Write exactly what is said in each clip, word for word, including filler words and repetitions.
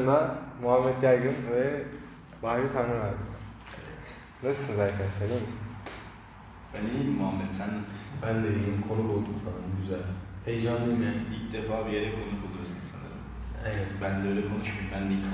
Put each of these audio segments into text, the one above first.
karşımda Muhammed Yaygın ve Bahri Tanrıverdi. Nasılsınız arkadaşlar, iyi misiniz? Ben iyiyim Muhammed, sen nasılsın? Ben de iyiyim, konuk olduk falan, güzel. Heyecanlıyım yani. İlk defa bir yere konuk oluyorsun sanırım. Aynen. Ben de öyle konuşmayayım, ben değilim.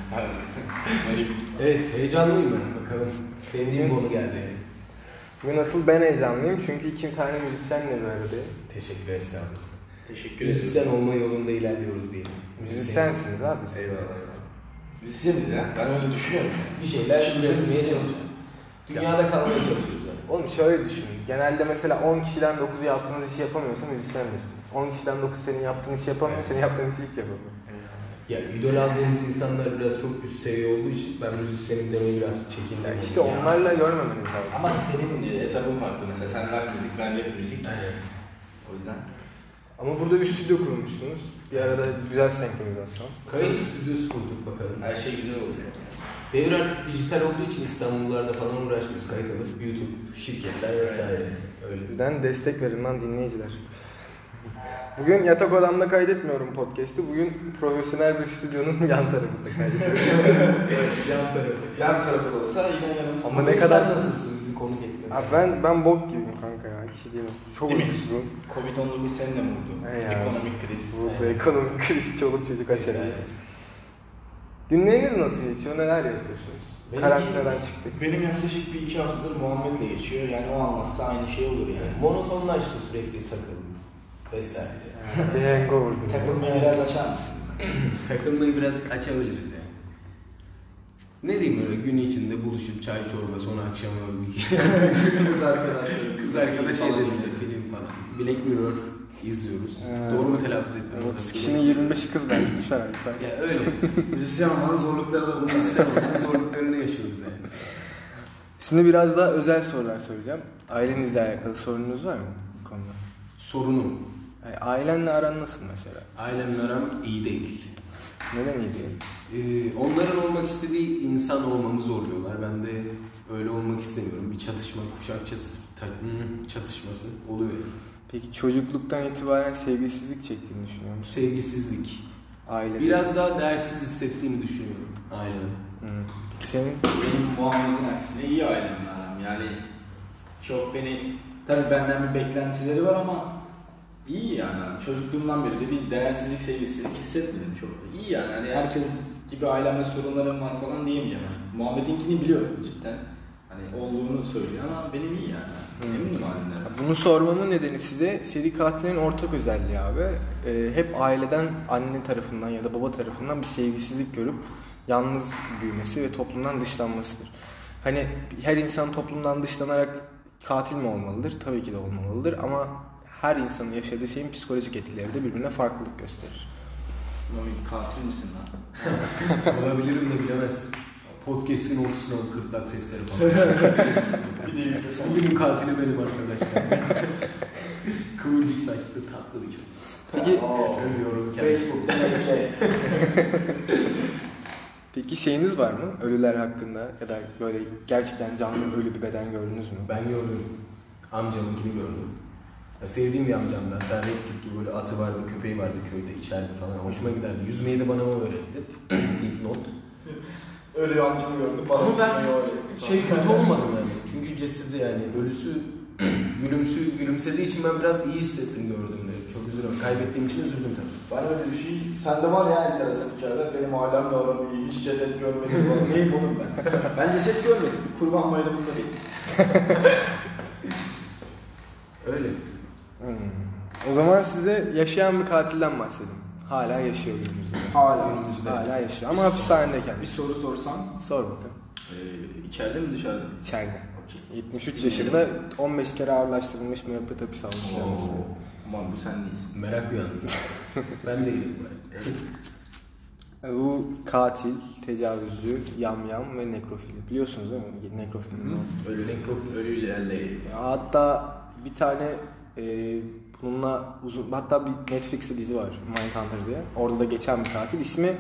Evet, heyecanlıyım ben, bakalım. Sevdiğim konu geldi. Bugün asıl ben heyecanlıyım çünkü iki tane müzisyenle bir aradayım. Teşekkür estağfurullah. Teşekkür ederim. Müzisyen olma yolunda ilerliyoruz diyelim. Müzisyensiniz abi siz. Eyvallah. Müzisyeniz ya, ben öyle düşünüyorum. Bir şeyler üretmeye çalışıyoruz. Dünyada kalmaya çalışıyoruz yani. Oğlum şöyle düşünün, genelde mesela on kişiden dokuzu yaptığınız işi yapamıyorsa müzisyendirsiniz. on kişiden dokuz senin yaptığın işi yapamıyor, senin yaptığın işi hiç yapamıyor. Ya idol aldığımız insanlar biraz çok üst seviye olduğu için ben müzisyenim demeye biraz çekindim. Yani işte onlarla görmemeniz lazım. Ama senin etapın farklı mesela, sen rock müzik, ben rap müzik. Aynen. O yüzden. Ama burada bir stüdyo kurmuşsunuz. Bir arada güzel senkronizasyon. Kayıt stüdyosu kurduk bakalım. Her şey güzel oluyor. Devir artık dijital olduğu için İstanbullularda falan uğraşmıyoruz. Kayıt alıp YouTube, şirketler vesaire. Öyle. Bizden destek verin lan dinleyiciler. Bugün yatak odamda kaydetmiyorum podcast'i. Bugün profesyonel bir stüdyonun yan tarafında kaydediyorum. Evet, yan tarafı. Yan tarafı olsa yine yanımızda. Ama ne kadar nasılsın bizi konuk etmesi? Abi ben ben bok gibiyim kanka ya. Hiç şey değilim. Çok Değil mi? uykusuzum. covid on dokuz seninle mi oldu? He ya. Ekonomik kriz. Burada ekonomik kriz, çoluk çocuk açar. Günleriniz nasıl geçiyor? Neler yapıyorsunuz? Benimki- Karantina'dan çıktık. Benim yaklaşık bir iki haftadır Muhammed'le geçiyor. Yani o anlatsa aynı şey olur yani. Monotonlaştı sürekli takıl vesaire. Bir hangover. Takılmayı biraz açar mısın? Takılmayı birazcık açabiliriz yani. Ne diyeyim öyle gün içinde buluşup çay çorba sonra akşama bir Kız arkadaşlarım. kız arkadaş ederiz film falan. Black Mirror izliyoruz. Ee, Doğru mu telaffuz ettim? otuz kişinin yirmi beşi kız belki düşer abi. Ya öyle. Müzisyen olmanın zorlukları da bunlar. Müzisyen olmanın zorluklarını yaşıyoruz yani. Şimdi biraz daha özel sorular soracağım. Ailenizle alakalı sorununuz var mı bu konuda? Sorunum. Yani ailenle aran nasıl mesela? Ailemle aram iyi değil. Neden iyi değil? Ee, onların olmak istediği insan olmamı zorluyorlar. Ben de öyle olmak istemiyorum. Bir çatışma, kuşak çatış, ta- hmm, çatışması oluyor. Yani. Peki çocukluktan itibaren sevgisizlik çektiğini düşünüyor musun? Sevgisizlik. Ailede. Biraz daha değersiz hissettiğimi düşünüyorum. Aynen. Hı. Senin? Benim Muhammed'in aksine iyi ailemle aram. Yani çok beni, tabii benden bir beklentileri var ama iyi yani. Çocukluğumdan beri de bir değersizlik, sevgisizlik hissetmedim çok. İyi yani. Hani herkes gibi ailemle sorunlarım var falan diyemeyeceğim. Yani. Muhammed'inkini biliyorum cidden. Hani olduğunu söylüyor ama benim iyi yani. Hmm. Eminim halimden. Bunu sormamın nedeni size seri katilin ortak özelliği abi. Ee, hep aileden anne tarafından ya da baba tarafından bir sevgisizlik görüp yalnız büyümesi ve toplumdan dışlanmasıdır. Hani her insan toplumdan dışlanarak katil mi olmalıdır? Tabii ki de olmamalıdır ama her insanın yaşadığı şeyin psikolojik etkileri de birbirine farklılık gösterir. Muhammed katil misin lan? Olabilirim de bilemezsin. Podcast'in ortasına o kırtlak sesleri falan. Bir de bir de sen. Bugünün katili benim arkadaşlar. Kıvırcık saçlı tatlı bir çocuk. Peki, Övüyorum kendimi. Facebook'ta bekle. peki şeyiniz var mı? Ölüler hakkında ya da böyle gerçekten canlı ölü bir beden gördünüz mü? Ben gördüm. Amcamınkini gördüm. Ya sevdiğim bir amcamdı. Hatta Red Kit gibi böyle atı vardı, köpeği vardı köyde, içeride falan. Hoşuma giderdi. Yüzmeyi de bana o öğretti. Dipnot. Öyle bir amcamı gördüm. Ama ben şey kötü olmadım yani. Çünkü cesurdu yani. Ölüsü gülümsü, gülümsediği için ben biraz iyi hissettim gördüğümde. Çok üzüldüm. Kaybettiğim için üzüldüm tabii. Ben öyle bir şey, sende var ya enteresan hikayeler. Benim ailemle aram iyi, hiç ceset görmedim. Neyim oğlum ben? Ben ceset görmedim. Kurban bayramında değil. Öyle. Hmm. O zaman size yaşayan bir katilden bahsedeyim. Hala yaşıyor günümüzde. Hala. Günümüzde. Hala yaşıyor ama hapishanedeyken. Bir soru sorsam. Sor bakalım. Ee, içeride mi dışarıda mı? İçeride. Okay. yetmiş üç yaşında on beş kere ağırlaştırılmış müebbet hapis almış kendisi. Aman bu sen değilsin. Merak uyandı. Ben değilim bari. Bu katil, tecavüzcü, yamyam ve nekrofili. Biliyorsunuz değil mi? Nekrofili. Ölü, ölülerle. Hatta bir tane e, bununla uzun, hatta bir Netflix'te dizi var, Mindhunter diye. Orada da geçen bir katil. İsmi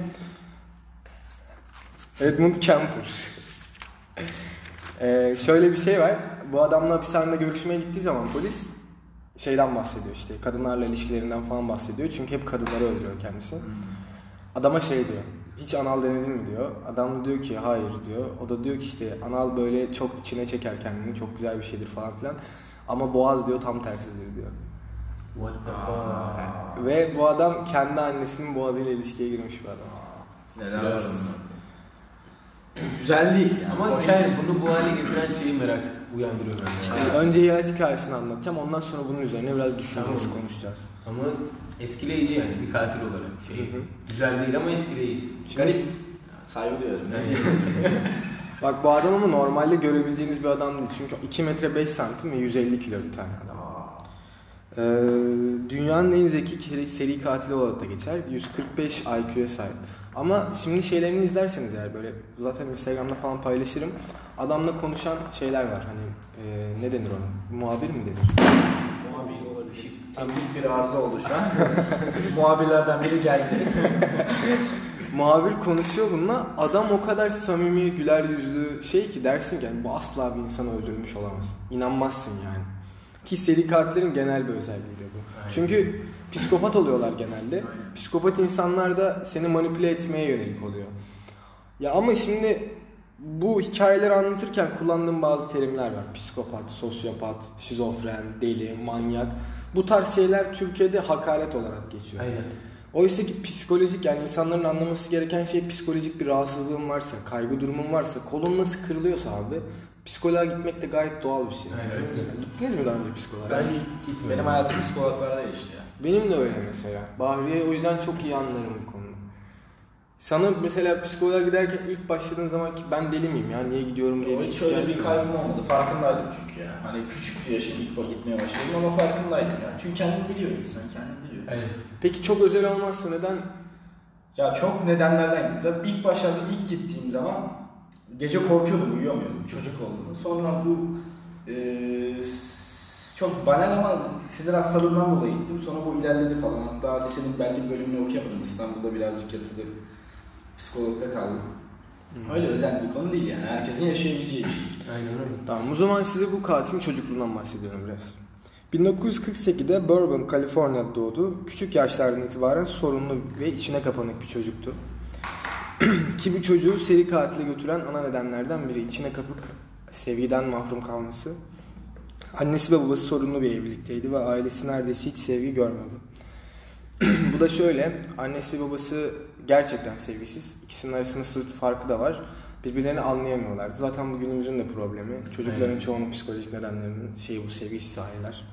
Edmund Kemper. e, şöyle bir şey var. Bu adamla hapishanede görüşmeye gittiği zaman polis şeyden bahsediyor işte. Kadınlarla ilişkilerinden falan bahsediyor. Çünkü hep kadınları öldürüyor kendisi. Adama şey diyor. hiç anal denedin mi diyor. Adam da diyor ki hayır diyor. O da diyor ki işte anal böyle çok içine çeker kendini, çok güzel bir şeydir falan filan. Ama boğaz diyor tam tersidir diyor. What the fuck? Ve bu adam kendi annesinin boğazıyla ilişkiye girmiş bir adam. Neler Biraz- var bunlar? Güzel değil yani. Ama Hoş yani değil. bunu bu hale getiren şeyi merak uyandırıyor bende. İşte Yani. önce hayat hikayesini anlatacağım. Ondan sonra bunun üzerine biraz düşüneceğiz, Tamam. konuşacağız. Ama etkileyici yani bir katil olarak şey. Hı hı. Güzel değil ama etkileyici. Garip. Saygı duyuyorum. Yani. Bak bu adam ama normalde görebileceğiniz bir adam değil. Çünkü iki metre beş santim ve yüz elli kilo bir tane adam. Ee, dünyanın en zeki seri katili olarak da geçer. yüz kırk beş I Q'ya sahip. Ama şimdi şeylerini izlerseniz eğer böyle zaten Instagram'da falan paylaşırım. Adamla konuşan şeyler var. Hani e, ne denir ona? Muhabir mi denir? Muhabir olabilir. Teknik bir arıza oldu şu an. Muhabirlerden biri geldi. Muhabir konuşuyor bununla. Adam o kadar samimi, güler yüzlü şey ki dersin ki yani bu asla bir insanı öldürmüş olamaz. İnanmazsın yani. Ki seri katillerin genel bir özelliği de bu. Aynen. Çünkü psikopat oluyorlar genelde. Aynen. Psikopat insanlar da seni manipüle etmeye yönelik oluyor. Ya ama şimdi bu hikayeleri anlatırken kullandığım bazı terimler var. Psikopat, sosyopat, şizofren, deli, manyak. Bu tarz şeyler Türkiye'de hakaret olarak geçiyor. Aynen. Oysa ki psikolojik yani insanların anlaması gereken şey psikolojik bir rahatsızlığın varsa, kaygı durumun varsa, kolun nasıl kırılıyorsa abi psikoloğa gitmek de gayet doğal bir şey. Aynen. Yani gittiniz mi daha önce psikoloğa? Ben gitmedim. Benim hayatım psikologlarda geçti ya. Benim de öyle mesela. Bahriye o yüzden çok iyi anlarım bu konuda. Sana mesela psikoloğa giderken ilk başladığın zaman ki ben deli miyim ya niye gidiyorum diye bir Hiç his öyle bir gelmiyor. kaybım olmadı. Farkındaydım çünkü ya. Hani küçük yaşım ilk o gitmeye başladım ama farkındaydım yani. Çünkü kendini biliyor insan, kendini biliyor. Aynen. Peki çok özel olmazsa neden? Ya çok nedenlerden gittim. Tabii ilk başlarda ilk gittiğim zaman gece korkuyordum, uyuyamıyordum çocuk olduğumu. Sonra bu eee çok banal ama sinir hastalığından dolayı gittim. Sonra bu ilerledi falan. Hatta lisenin belki bölümünü okuyamadım. İstanbul'da birazcık yatılı psikologda kaldım. Öyle özel bir konu değil yani. Herkesin yaşayabileceği iş. Aynen öyle. Tamam o zaman size bu katilin çocukluğundan bahsediyorum biraz. bin dokuz yüz kırk sekizde Burbank, Kaliforniya'da doğdu. Küçük yaşlardan itibaren sorunlu ve içine kapanık bir çocuktu. Ki bu çocuğu seri katile götüren ana nedenlerden biri içine kapık, sevgiden mahrum kalması. Annesi ve babası sorunlu bir evlilikteydi ve ailesi neredeyse hiç sevgi görmedi. Bu da şöyle, annesi ve babası gerçekten sevgisiz. İkisinin arasında sınıf farkı da var. Birbirlerini anlayamıyorlar. Zaten bu günümüzün de problemi. Çocukların Aynen. çoğunun psikolojik nedenlerinin şeyi bu sevgisiz aileler.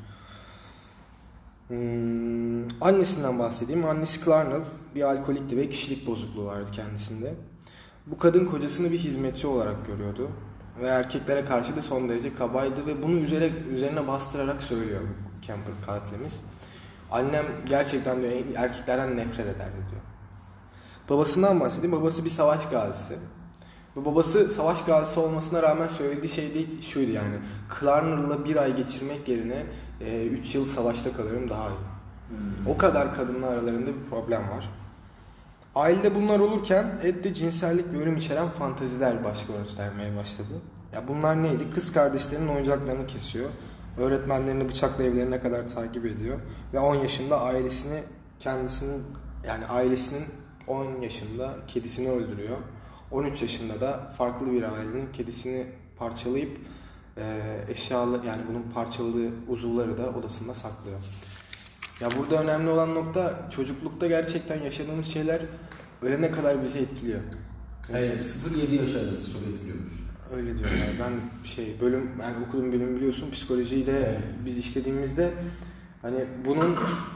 Hmm, annesinden bahsedeyim. Annesi Clarnell bir alkolikti ve kişilik bozukluğu vardı kendisinde. Bu kadın kocasını bir hizmetçi olarak görüyordu. Ve erkeklere karşı da son derece kabaydı ve bunu üzerine, üzerine bastırarak söylüyor bu Kemper katilimiz. Annem gerçekten diyor erkeklerden nefret ederdi diyor. Babasından bahsedeyim. Babası bir savaş gazisi. Ve babası savaş gazisi olmasına rağmen söylediği şey değil şuydu yani. Clarnell'la bir ay geçirmek yerine üç yıl savaşta kalırım daha iyi. Hmm. O kadar kadınla aralarında bir problem var. Ailede bunlar olurken Ed'de cinsellik ve ölüm içeren fanteziler baş göstermeye başladı. Ya bunlar neydi? Kız kardeşlerinin oyuncaklarını kesiyor. Öğretmenlerini bıçakla evlerine kadar takip ediyor. Ve on yaşında ailesini kendisinin yani ailesinin on yaşında kedisini öldürüyor. on üç yaşında da farklı bir ailenin kedisini parçalayıp e, eşyalı yani bunun parçaladığı uzuvları da odasında saklıyor. Ya burada önemli olan nokta çocuklukta gerçekten yaşadığımız şeyler ölene kadar bizi etkiliyor. Aynen. sıfır yedi yaş arası çok etkiliyormuş. Öyle diyorlar. Ben şey bölüm yani okuduğum bölüm biliyorsun psikolojiyi de Evet. biz işlediğimizde hani bunun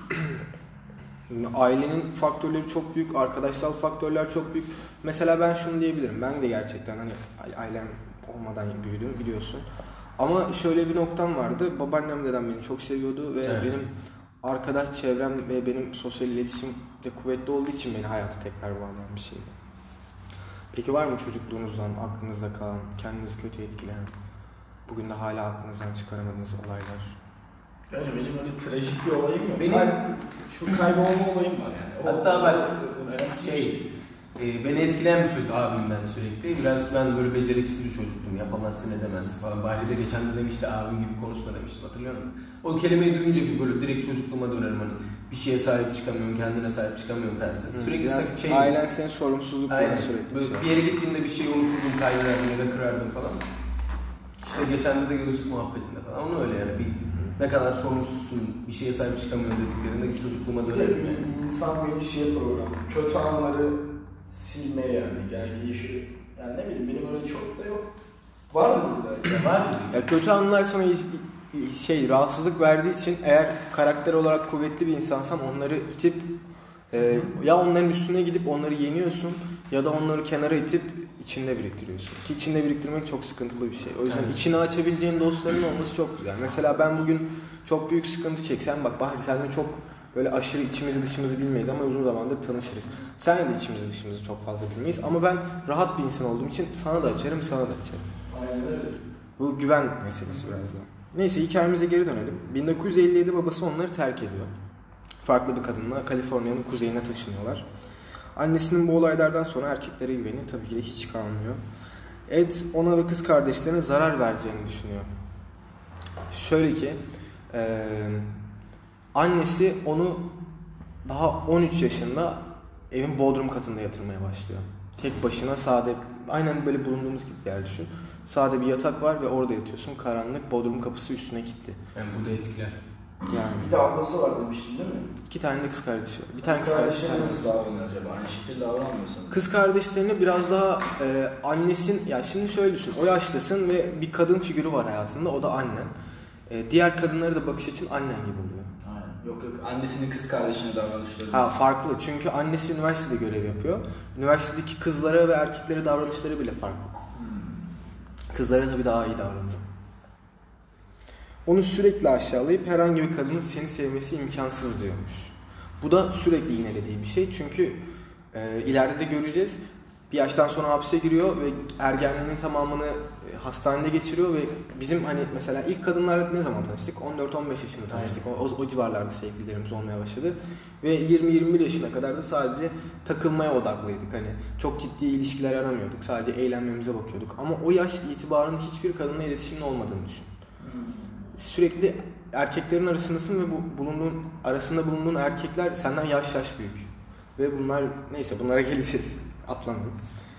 ailenin faktörleri çok büyük, arkadaşsal faktörler çok büyük. Mesela ben şunu diyebilirim. Ben de gerçekten hani ailem olmadan büyüdüm biliyorsun. Ama şöyle bir noktam vardı. Babaannem dedem beni çok seviyordu ve Evet. benim arkadaş çevrem ve benim sosyal iletişim de kuvvetli olduğu için beni hayata tekrar bağlayan bir şeydi. Peki var mı çocukluğunuzdan aklınızda kalan, kendinizi kötü etkileyen, bugün de hala aklınızdan çıkaramadığınız olaylar? Yani benim öyle trajik bir olayım yok. Benim- Benim... Şu kaybolma olayım var yani. O- Hatta bak o- şey Ee, beni etkileyen bir söz abimden sürekli. Biraz ben böyle beceriksiz bir çocuktum. Yapamazsın edemezsin falan. Bahri'de geçen de demişti abim gibi konuşma demiştim, hatırlıyor musun? O kelimeyi duyunca bir böyle direkt çocukluğuma dönerim hani. Bir şeye sahip çıkamıyorsun, kendine sahip çıkamıyorsun tersi. Hı, Sürekli biraz sak- şey... ailen senin sorumsuzlukla Aynen. sürekli. Böyle bir yere gittiğimde bir şeyi unuturdum, kaybederdim ya da kırardım falan. İşte geçen de gözlük muhabbetinde falan. Onu öyle yani bir ne kadar sorumsuzsun, bir şeye sahip çıkamıyorsun dediklerinde çocukluğuma dönerim yani. İnsan bir şey programı. Kötü anları silmeye yani. Yani yaşıyor. Yani ne bileyim benim öyle çok da yok. Vardı illa. Ya vardır. Ya kötü anılar sana şey rahatsızlık verdiği için eğer karakter olarak kuvvetli bir insansan onları itip e, ya onların üstüne gidip onları yeniyorsun ya da onları kenara itip içinde biriktiriyorsun. Ki içinde biriktirmek çok sıkıntılı bir şey. O yüzden evet. içini açabileceğin dostların olması çok güzel. Mesela ben bugün çok büyük sıkıntı çeksem, bak Bahri senle çok böyle aşırı içimizi dışımızı bilmeyiz ama uzun zamandır tanışırız. Senle de içimizi dışımızı çok fazla bilmeyiz ama ben rahat bir insan olduğum için sana da açarım, sana da açarım. Aynen öyle. Bu güven meselesi biraz da. Neyse hikayemize geri dönelim. bin dokuz yüz elli yedi babası onları terk ediyor. Farklı bir kadınla Kaliforniya'nın kuzeyine taşınıyorlar. Annesinin bu olaylardan sonra erkeklere güveni tabii ki de hiç kalmıyor. Ed ona ve kız kardeşlerine zarar vereceğini düşünüyor. Şöyle ki e, annesi onu daha on üç yaşında evin bodrum katında yatırmaya başlıyor. Tek başına sade, aynen böyle bulunduğumuz gibi bir yer düşün. Sade bir yatak var ve orada yatıyorsun. Karanlık, bodrum kapısı üstüne kilitli. Yani bu da etkiler. Yani. Bir de ablası var demiştin değil mi? İki tane de kız kardeşi var. Bir Kız tane kız kardeşi var. nasıl davranıyor acaba? Aynı şekilde davranmıyor sanırım. Kız kardeşlerini biraz daha e, annesin, ya şimdi şöyle düşün. O yaştasın ve bir kadın figürü var hayatında. O da annen. E, diğer kadınlara da bakış açın annen gibi oluyor. Aynen. Yok yok. Annesinin kız kardeşine davranışları. Ha farklı. Çünkü annesi üniversitede görev yapıyor. Üniversitedeki kızlara ve erkeklere davranışları bile farklı. Hmm. Kızlara tabii daha iyi davranıyor. Onu sürekli aşağılayıp herhangi bir kadının seni sevmesi imkansız diyormuş. Bu da sürekli yinelediği bir şey. Çünkü e, ileride de göreceğiz. Bir yaştan sonra hapse giriyor ve ergenliğinin tamamını e, hastanede geçiriyor ve bizim hani mesela ilk kadınlarla ne zaman tanıştık? on dört on beş yaşında tanıştık. O, o, o civarlarda sevgililerimiz olmaya başladı. Ve yirmi yirmi bir yaşına kadar da sadece takılmaya odaklıydık. Hani çok ciddi ilişkiler aramıyorduk. Sadece eğlenmemize bakıyorduk. Ama o yaş itibarında hiçbir kadınla iletişimin olmadığını düşün. Sürekli erkeklerin arasındasın ve bu bulunduğun arasında bulunduğun erkekler senden yaş yaş büyük. Ve bunlar neyse bunlara geleceğiz. Atlamayın.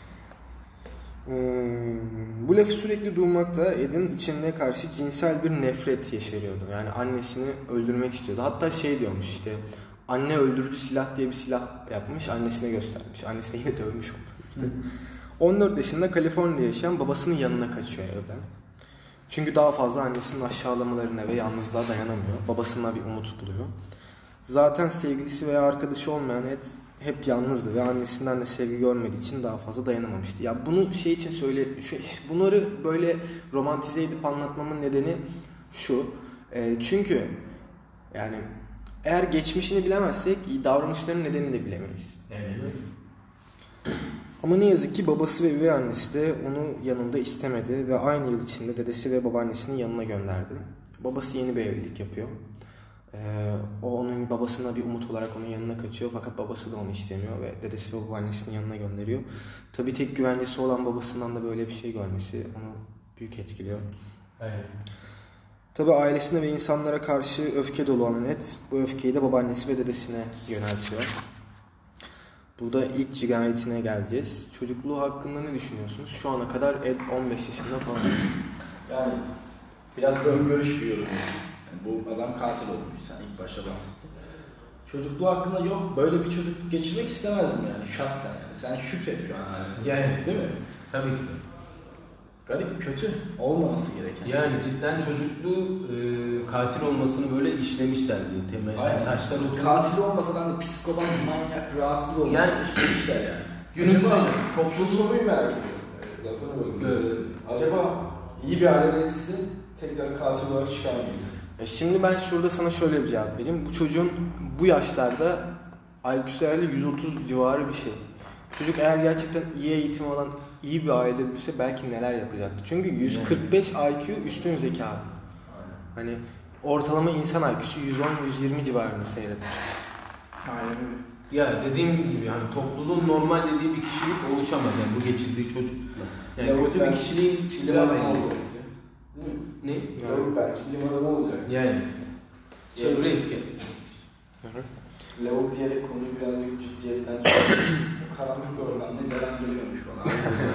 Hmm, bu lafı sürekli duymakta Ed'in içine karşı cinsel bir nefret yeşeriyordu. Yani annesini öldürmek istiyordu. Hatta şey diyormuş işte anne öldürücü silah diye bir silah yapmış, annesine göstermiş. Annesine yine dövmüş oldu. on dört yaşında Kaliforniya'da yaşayan babasının yanına kaçıyor evden. Çünkü daha fazla annesinin aşağılamalarına ve yalnızlığa dayanamıyor. Babasına bir umut buluyor. Zaten sevgilisi veya arkadaşı olmayan Ed hep yalnızdı ve annesinden de sevgi görmediği için daha fazla dayanamamıştı. Ya bunu şey için söyle, şu, bunları böyle romantize edip anlatmamın nedeni şu. E, çünkü yani eğer geçmişini bilemezsek davranışların nedenini de bilemeyiz. Yani Ama ne yazık ki babası ve üvey annesi de onu yanında istemedi ve aynı yıl içinde dedesi ve babaannesinin yanına gönderdi. Babası yeni bir evlilik yapıyor. Ee, o onun babasına bir umut olarak onun yanına kaçıyor fakat babası da onu istemiyor ve dedesi ve babaannesinin yanına gönderiyor. Tabii tek güvencesi olan babasından da böyle bir şey görmesi onu büyük etkiliyor. Aynen. Tabii ailesine ve insanlara karşı öfke dolu olan Ed bu öfkeyi de babaannesi ve dedesine yöneltiyor. Burada ilk cinayetine geleceğiz. Çocukluğu hakkında ne düşünüyorsunuz? Şu ana kadar Ed on beş yaşında falan. Yani biraz böyle görüş bir yorum. Yani bu adam katil olmuş. Sen ilk başta bahsettin. Çocukluğu hakkında yok. Böyle bir çocukluk geçirmek istemezdim yani şahsen yani. Sen şükret şu an hani. Yani değil mi? Tabii ki de. Garip, kötü olmaması gereken. Yani cidden çocukluğu e, katil olmasını böyle işlemişler diye temel yani taşlar oturmuş. Katil olmasa da psikopat, manyak, rahatsız olmuş yani, işlemişler yani. Günümüzün toplum soruyu merak ediyorum. Evet, lafını bölüyorum. Evet. Acaba iyi bir aile yetişse tekrar katil olarak çıkar mıydı? E şimdi ben şurada sana şöyle bir cevap vereyim. Bu çocuğun bu yaşlarda I Q'su herhalde yüz otuz civarı bir şey. Çocuk eğer gerçekten iyi eğitim alan iyi bir aile büyüse belki neler yapacaktı. Çünkü yüz kırk beş I Q üstün zeka. Aynen. Hani ortalama insan I Q'su yüz on yüz yirmi civarında seyreder. Aynen. Ya dediğim gibi hani topluluğun normal dediği bir kişilik oluşamaz yani bu geçirdiği çocukla. Yani Ya kötü ben- bir kişiliğin çıkacağı belli. Değil mi? Ne? Lavuk belki bilim adamı olacak. Yani çevre etken. Lavuk diyerek konuyu birazcık ciddiyetten çıkarıyor. Karanlık bir ortamda izleden geliyormuş bana.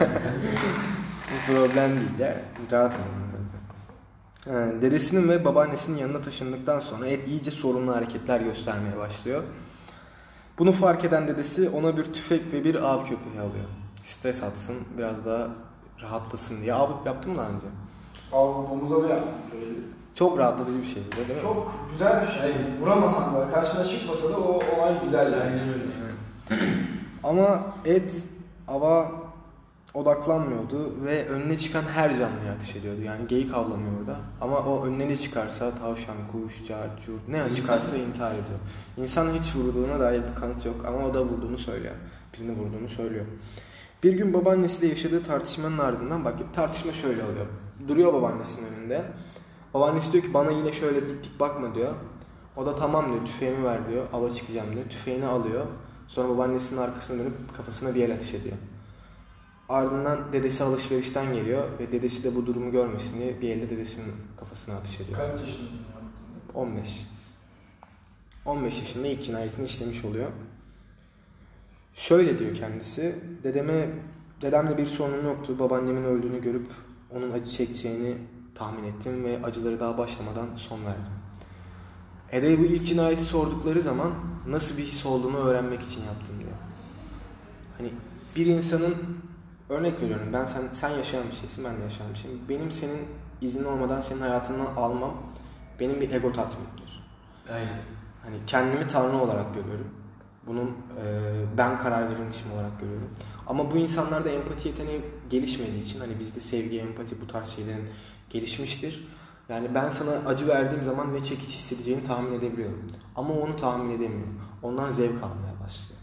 Bu problem değil ya. Rahat olun. Ha, dedesinin ve babaannesinin yanına taşındıktan sonra Ed iyice sorunlu hareketler göstermeye başlıyor. Bunu fark eden dedesi ona bir tüfek ve bir av köpeği alıyor. Stres atsın, biraz daha rahatlasın diye. Av yaptın mı daha önce? Av domuza da yaptım şöyle. Çok rahatlatıcı bir şey bu da, değil mi? Çok güzel bir şey. Vuramasan da, karşına çıkmasa da o olay güzel yani. Aynen öyle. Ama Ed ava odaklanmıyordu ve önüne çıkan her canlıya ateş ediyordu. Yani geyik avlanıyor orada. Ama o önüne ne çıkarsa tavşan, kuş, cart, curt, ne çıkarsa intihar ediyor. İnsan hiç vurduğuna dair bir kanıt yok ama o da vurduğunu söylüyor. Birini vurduğunu söylüyor. Bir gün babaannesiyle yaşadığı tartışmanın ardından bak tartışma şöyle oluyor. Duruyor babaannesinin önünde. Babaannesi diyor ki bana yine şöyle dik dik bakma diyor. O da tamam diyor, tüfeğimi ver diyor, ava çıkacağım diyor. Tüfeğini alıyor. Sonra babaannesinin arkasına dönüp kafasına bir el ateş ediyor. Ardından dedesi alışverişten geliyor ve dedesi de bu durumu görmesin diye bir elde dedesinin kafasına ateş ediyor. Kaç yaşında yaptın? on beş. on beş yaşında ilk cinayetini işlemiş oluyor. Şöyle diyor kendisi, dedeme, dedemle bir sorunum yoktu. Babaannemin öldüğünü görüp onun acı çekeceğini tahmin ettim ve acıları daha başlamadan son verdim. Eda'ya bu ilk cinayeti sordukları zaman nasıl bir his olduğunu öğrenmek için yaptım diyor. Hani bir insanın, örnek veriyorum, ben sen sen yaşayan bir şeysin, ben de yaşayan bir şeyim. Benim senin iznin olmadan senin hayatından almam benim bir ego tatminidir. Aynen. Hani kendimi tanrı olarak görüyorum. Bunun e, ben karar verilmişim olarak görüyorum. Ama bu insanlarda empati yeteneği gelişmediği için hani bizde sevgi, empati bu tarz şeylerin gelişmiştir. Yani ben sana acı verdiğim zaman ne çekiç hissedeceğini tahmin edebiliyorum. Ama onu tahmin edemiyor. Ondan zevk almaya başlıyor.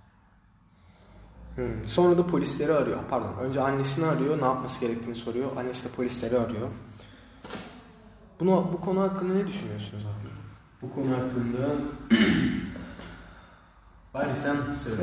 Hmm. Sonra da polisleri arıyor. Pardon. Önce annesini arıyor. Ne yapması gerektiğini soruyor. Annesi de polisleri arıyor. Bunu, bu konu hakkında ne düşünüyorsunuz abi? Bu konu hakkında bari sen söyle.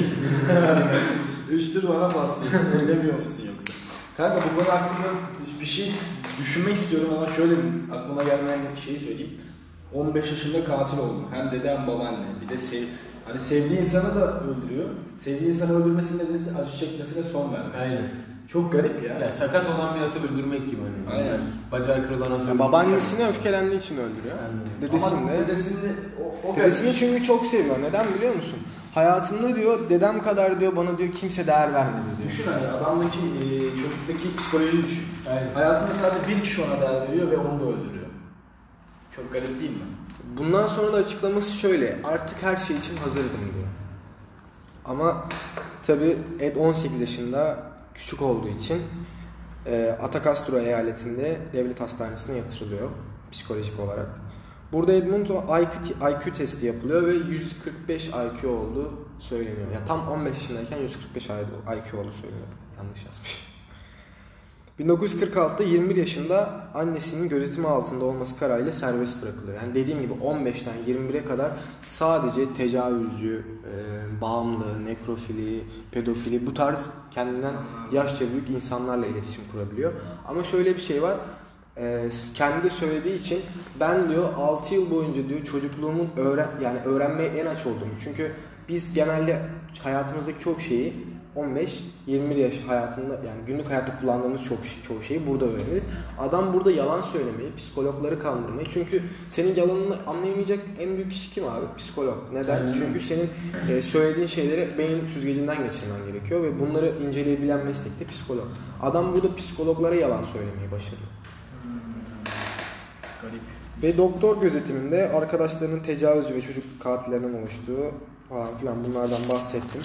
Üç tür bana bastırıyorsun. Öylemiyor musun yoksa? Kanka bu konu hakkında bir şey düşünmek istiyorum ama şöyle aklıma gelmeyen bir şey söyleyeyim. on beş yaşında katil oldu. Hem dede hem babaanne. Bir de sev, hani sevdiği insanı da öldürüyor. Sevdiği insanı öldürmesinin nedeni acı çekmesine son verdi. Aynen. Çok garip ya. Ya sakat olan bir atı öldürmek gibi hani. Aynen. Yani bacağı kırılan atı Ya öldürmek. babaannesine öfkelendiği için öldürüyor. Aynen. Dedesini Ama de dedesini o, o Dedesini çünkü çok seviyor. Neden biliyor musun? Hayatımda diyor dedem kadar diyor bana diyor kimse değer vermedi diyor. Düşün hani adamdaki e, çocuktaki psikolojiyi düşün. Aynen. Hayatında sadece bir kişi ona değer veriyor ve onu da öldürüyor. Çok garip değil mi? Bundan sonra da açıklaması şöyle. Artık her şey için hazırdım diyor. Ama tabi Ed on sekiz yaşında küçük olduğu için e, Atacastro eyaletinde devlet hastanesine yatırılıyor psikolojik olarak. Burada Edmund'a I Q, I Q testi yapılıyor ve yüz kırk beş I Q olduğu söyleniyor. Ya tam on beş yaşındayken yüz kırk beş I Q olduğu söyleniyor. Yanlış yazmış. bin dokuz yüz kırk altıda yirmi bir yaşında annesinin gözetimi altında olması kararıyla serbest bırakılıyor. Yani dediğim gibi on beşten yirmi bire kadar sadece tecavüzcü, e, bağımlı, nekrofili, pedofili bu tarz kendinden yaşça büyük insanlarla iletişim kurabiliyor. Ama şöyle bir şey var. Ee, kendi de söylediği için ben diyor altı yıl boyunca diyor çocukluğumun öğren yani öğrenmeye en aç oldum. Çünkü biz genelde hayatımızdaki çok şeyi on beş yirmi yaş hayatında yani günlük hayatta kullandığımız çok çoğu şeyi burada öğreniriz. Adam burada yalan söylemeyi, psikologları kandırmayı. Çünkü senin yalanını anlayamayacak en büyük kişi kim abi? Psikolog. Neden? Aynen. Çünkü senin e, söylediğin şeyleri beyin süzgecinden geçirmen gerekiyor ve bunları inceleyebilen meslek de psikolog. Adam burada psikologlara yalan söylemeyi başarıyor. Garip. Ve doktor gözetiminde arkadaşlarının tecavüzcü ve çocuk katillerinden oluştuğu falan filan bunlardan bahsettim.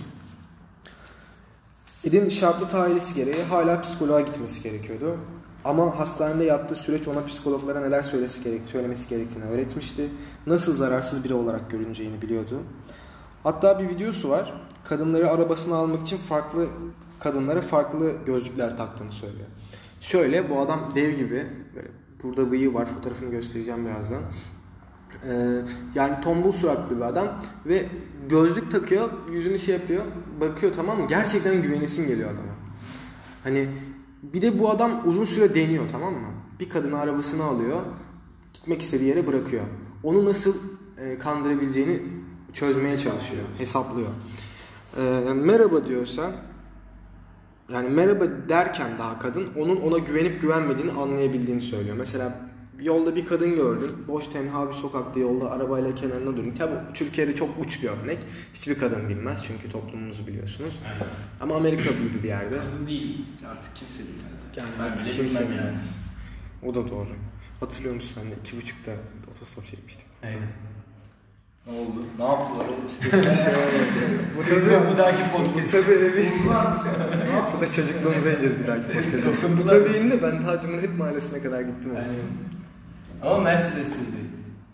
Ed'in şartlı ailesi gereği hala psikoloğa gitmesi gerekiyordu. Ama hastanede yattığı süreç ona psikologlara neler söylesi gerek, söylemesi gerektiğini öğretmişti. Nasıl zararsız biri olarak görüneceğini biliyordu. Hatta bir videosu var. Kadınları arabasına almak için farklı kadınlara farklı gözlükler taktığını söylüyor. Şöyle bu adam dev gibi böyle burada bıyığı var, fotoğrafını göstereceğim birazdan. Ee, yani tombul suratlı bir adam ve gözlük takıyor, yüzünü şey yapıyor, bakıyor, tamam mı? Gerçekten güvenesin geliyor adama. Hani bir de bu adam uzun süre deniyor, tamam mı? Bir kadını arabasına alıyor, gitmek istediği yere bırakıyor. Onu nasıl e, kandırabileceğini çözmeye çalışıyor, hesaplıyor. Ee, merhaba diyorsa, yani merhaba derken daha kadın onun ona güvenip güvenmediğini anlayabildiğini söylüyor. Mesela yolda bir kadın gördün, boş tenha bir sokakta yolda arabayla kenarına durdun. Tabi Türkiye'de çok uç bir örnek. Hiçbir kadın bilmez çünkü toplumumuzu biliyorsunuz. Aynen. Ama Amerika gibi bir yerde. Kadın değil. Artık kimse bilmez. Yani Ben artık bile kimse bilmem bilmez. yani. O da doğru. Hatırlıyor musun sen de iki buçukta otostop çekmiştik. Aynen. Ne oldu? Ne yaptılar oğlum? Bu tabii bir dahaki bu podcast. tabii evi. Bu da çocukluğumuza ineceğiz bir dahaki podcast'ta. Bu tabii indi, ben ta Cumhuriyet Mahallesi'ne kadar gittim. Aynen. Ama Mercedes miydi?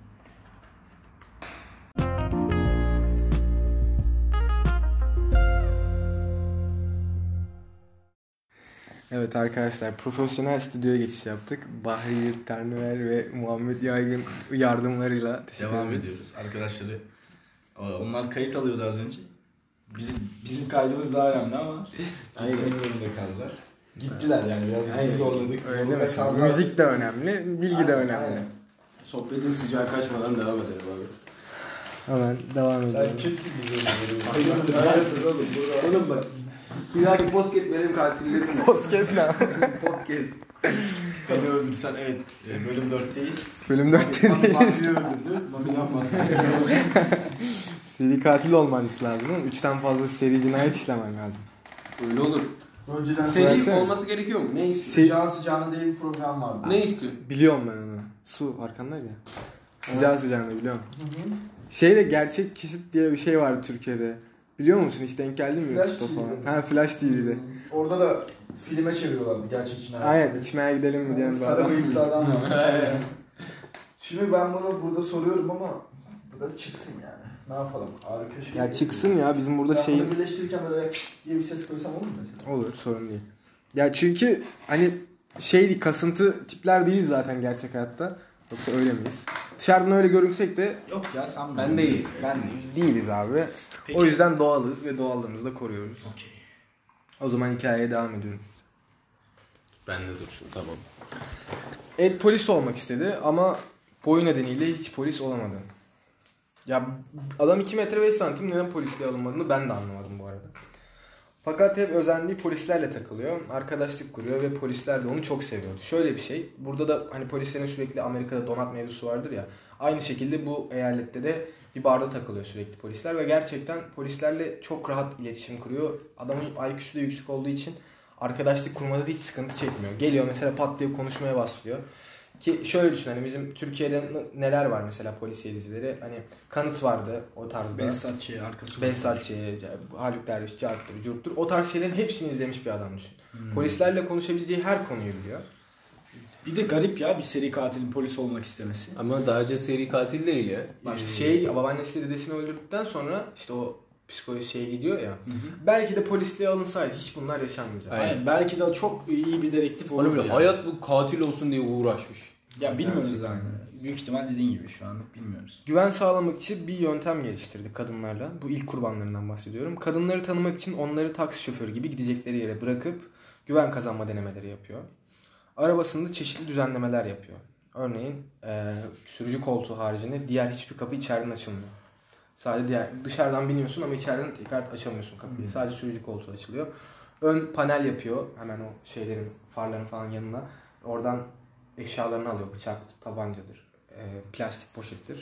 Evet arkadaşlar, profesyonel stüdyoya geçiş yaptık. Bahri Terniver ve Muhammed Yaygın yardımlarıyla teşekkür Devam ederiz. ediyoruz. Arkadaşları onlar kayıt alıyordu az önce. Bizim bizim kaydımız daha önemli ama Aynen. gitmek zorunda kaldılar. Gittiler yani biraz Aynen. biz zorladık. Öyle Zorunda deme. kaldılar. Müzik de önemli, bilgi de Aynen, önemli. aynen. Sohbetin sıcağı kaçmadan devam edelim abi. Hemen devam Sen edelim. kimsin diyeceğim. Hayırdır, hayırdır oğlum. Oğlum bak. Bir dahaki podcast benim katillerim. Podcast ne? Podcast. Beni öldürsen evet. e, Bölüm dörtteyiz. Bölüm dörtte Mami'yi değiliz. öldürdü. Mami'den bahsediyor. Seri katil olmanız lazım. Oğlum. Üçten fazla seri cinayet işlemen lazım. Öyle olur. Önceden Seri Söylesene. olması gerekiyor mu? Ne istiyor? Se- Sıcağı sıcağına diye bir program vardı. Ne istiyor? Biliyorum ben onu. Su arkandaydı ya. Sıcağı sıcağına biliyorum. Şeyde gerçek kesit diye bir şey vardı Türkiye'de. Biliyor musun? Hiç denk geldin mi Flash YouTube'da T V'de. falan? Ha, Flash T V'de. Orada da filme çeviriyorlardı gerçek cinayet. Aynen, içmeye gidelim mi diyen bir Sarı adam. bıyıklı adam var. Aynen. Şimdi ben bunu burada soruyorum ama bu da çıksın yani. Ne yapalım? Harika şey. Ya çıksın ya, bizim burada ben şeyin... bunu birleştirirken böyle diye bir ses koysam olur mu mesela? Olur, sorun değil. Ya çünkü hani şey değil, kasıntı tipler değiliz zaten gerçek hayatta. Yoksa öyle miyiz? Dışarıdan öyle görünsek de Yok ya sen Ben değil. Ben değil. değiliz abi. Peki. O yüzden doğalız ve doğallığımızı da koruyoruz. Okey. O zaman hikayeye devam ediyorum. Ben de dursun tamam. Ed polis olmak istedi ama boyu nedeniyle hiç polis olamadı. Ya adam iki metre beş santim, neden polisliğe alınmadığını ben de anlamadım bu arada. Fakat hep özendiği polislerle takılıyor, arkadaşlık kuruyor ve polisler de onu çok seviyordu. Şöyle bir şey, burada da hani polislerin sürekli Amerika'da donat mevzusu vardır ya. Aynı şekilde bu eyalette de bir barda takılıyor sürekli polisler ve gerçekten polislerle çok rahat iletişim kuruyor. Adamın I Q'su da yüksek olduğu için arkadaşlık kurmada da hiç sıkıntı çekmiyor. Geliyor mesela pat diye konuşmaya başlıyor. Ki şöyle düşün, hani bizim Türkiye'de neler var mesela polisiye dizileri, hani Kanıt vardı o tarzda. Behzatçı arkası. Behzatçı, Haluk Derviş, Cart'tır, Curt'tur. O tarz şeylerin hepsini izlemiş bir adam düşün. Hmm. Polislerle konuşabileceği her konuyu biliyor. Bir de garip ya bir seri katilin polis olmak istemesi. Ama daha önce seri katil değil ya. Bak şey, babaannesi dedesini öldürdükten sonra işte o psikoloji şeye gidiyor ya. Hı hı. Belki de polisliğe alınsaydı hiç bunlar yaşanmayacak. Aynen. Aynen. Belki de çok iyi bir dedektif Onu olurdu bile yani. hayat bu katil olsun diye uğraşmış. Ya bilmiyoruz Gerçekten. yani. Büyük ihtimal dediğin gibi şu anlık bilmiyoruz. Güven sağlamak için bir yöntem geliştirdi kadınlarla. Bu ilk kurbanlarından bahsediyorum. Kadınları tanımak için onları taksi şoförü gibi gidecekleri yere bırakıp güven kazanma denemeleri yapıyor. Arabasında çeşitli düzenlemeler yapıyor. Örneğin e, sürücü koltuğu haricinde diğer hiçbir kapı içeriden açılmıyor. Sadece diğer, dışarıdan biniyorsun ama içeriden tekrar açamıyorsun kapıyı. Hmm. Sadece sürücü koltuğu açılıyor. Ön panel yapıyor. Hemen o şeylerin, farların falan yanına. Oradan eşyalarını alıyor. Bıçak, tabancadır, e, plastik poşettir.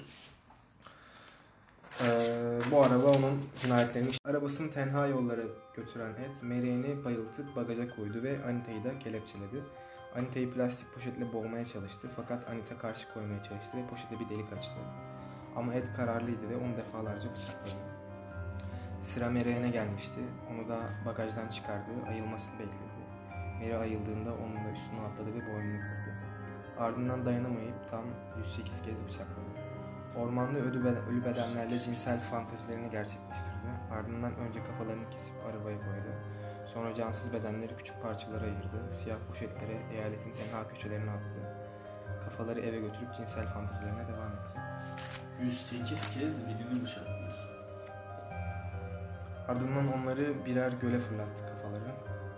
E, bu araba onun cinayetlerini... Arabasını tenha yollara götüren Ed, Marianne'i bayıltıp bagaja koydu ve Anita'yı da kelepçeledi. Anita'yı plastik poşetle boğmaya çalıştı fakat Anita karşı koymaya çalıştı ve poşete bir delik açtı. Ama Ed kararlıydı ve onu defalarca bıçakladı. Sıra Marianne'e gelmişti. Onu da bagajdan çıkardı, ayılmasını bekledi. Mary ayıldığında onun da üstüne atladı ve boynunu kırdı. Ardından dayanamayıp tam yüz sekiz kez bıçakladı. Ormanda ölü, beden, ölü bedenlerle cinsel fantezilerini gerçekleştirdi. Ardından önce kafalarını kesip arabaya koydu. Sonra cansız bedenleri küçük parçalara ayırdı. Siyah poşetlere eyaletin tenha köşelerine attı. Kafaları eve götürüp cinsel fantezilerine devam etti. yüz sekiz kez birini bıçaklıyorsun. Ardından onları birer göle fırlattı kafaları.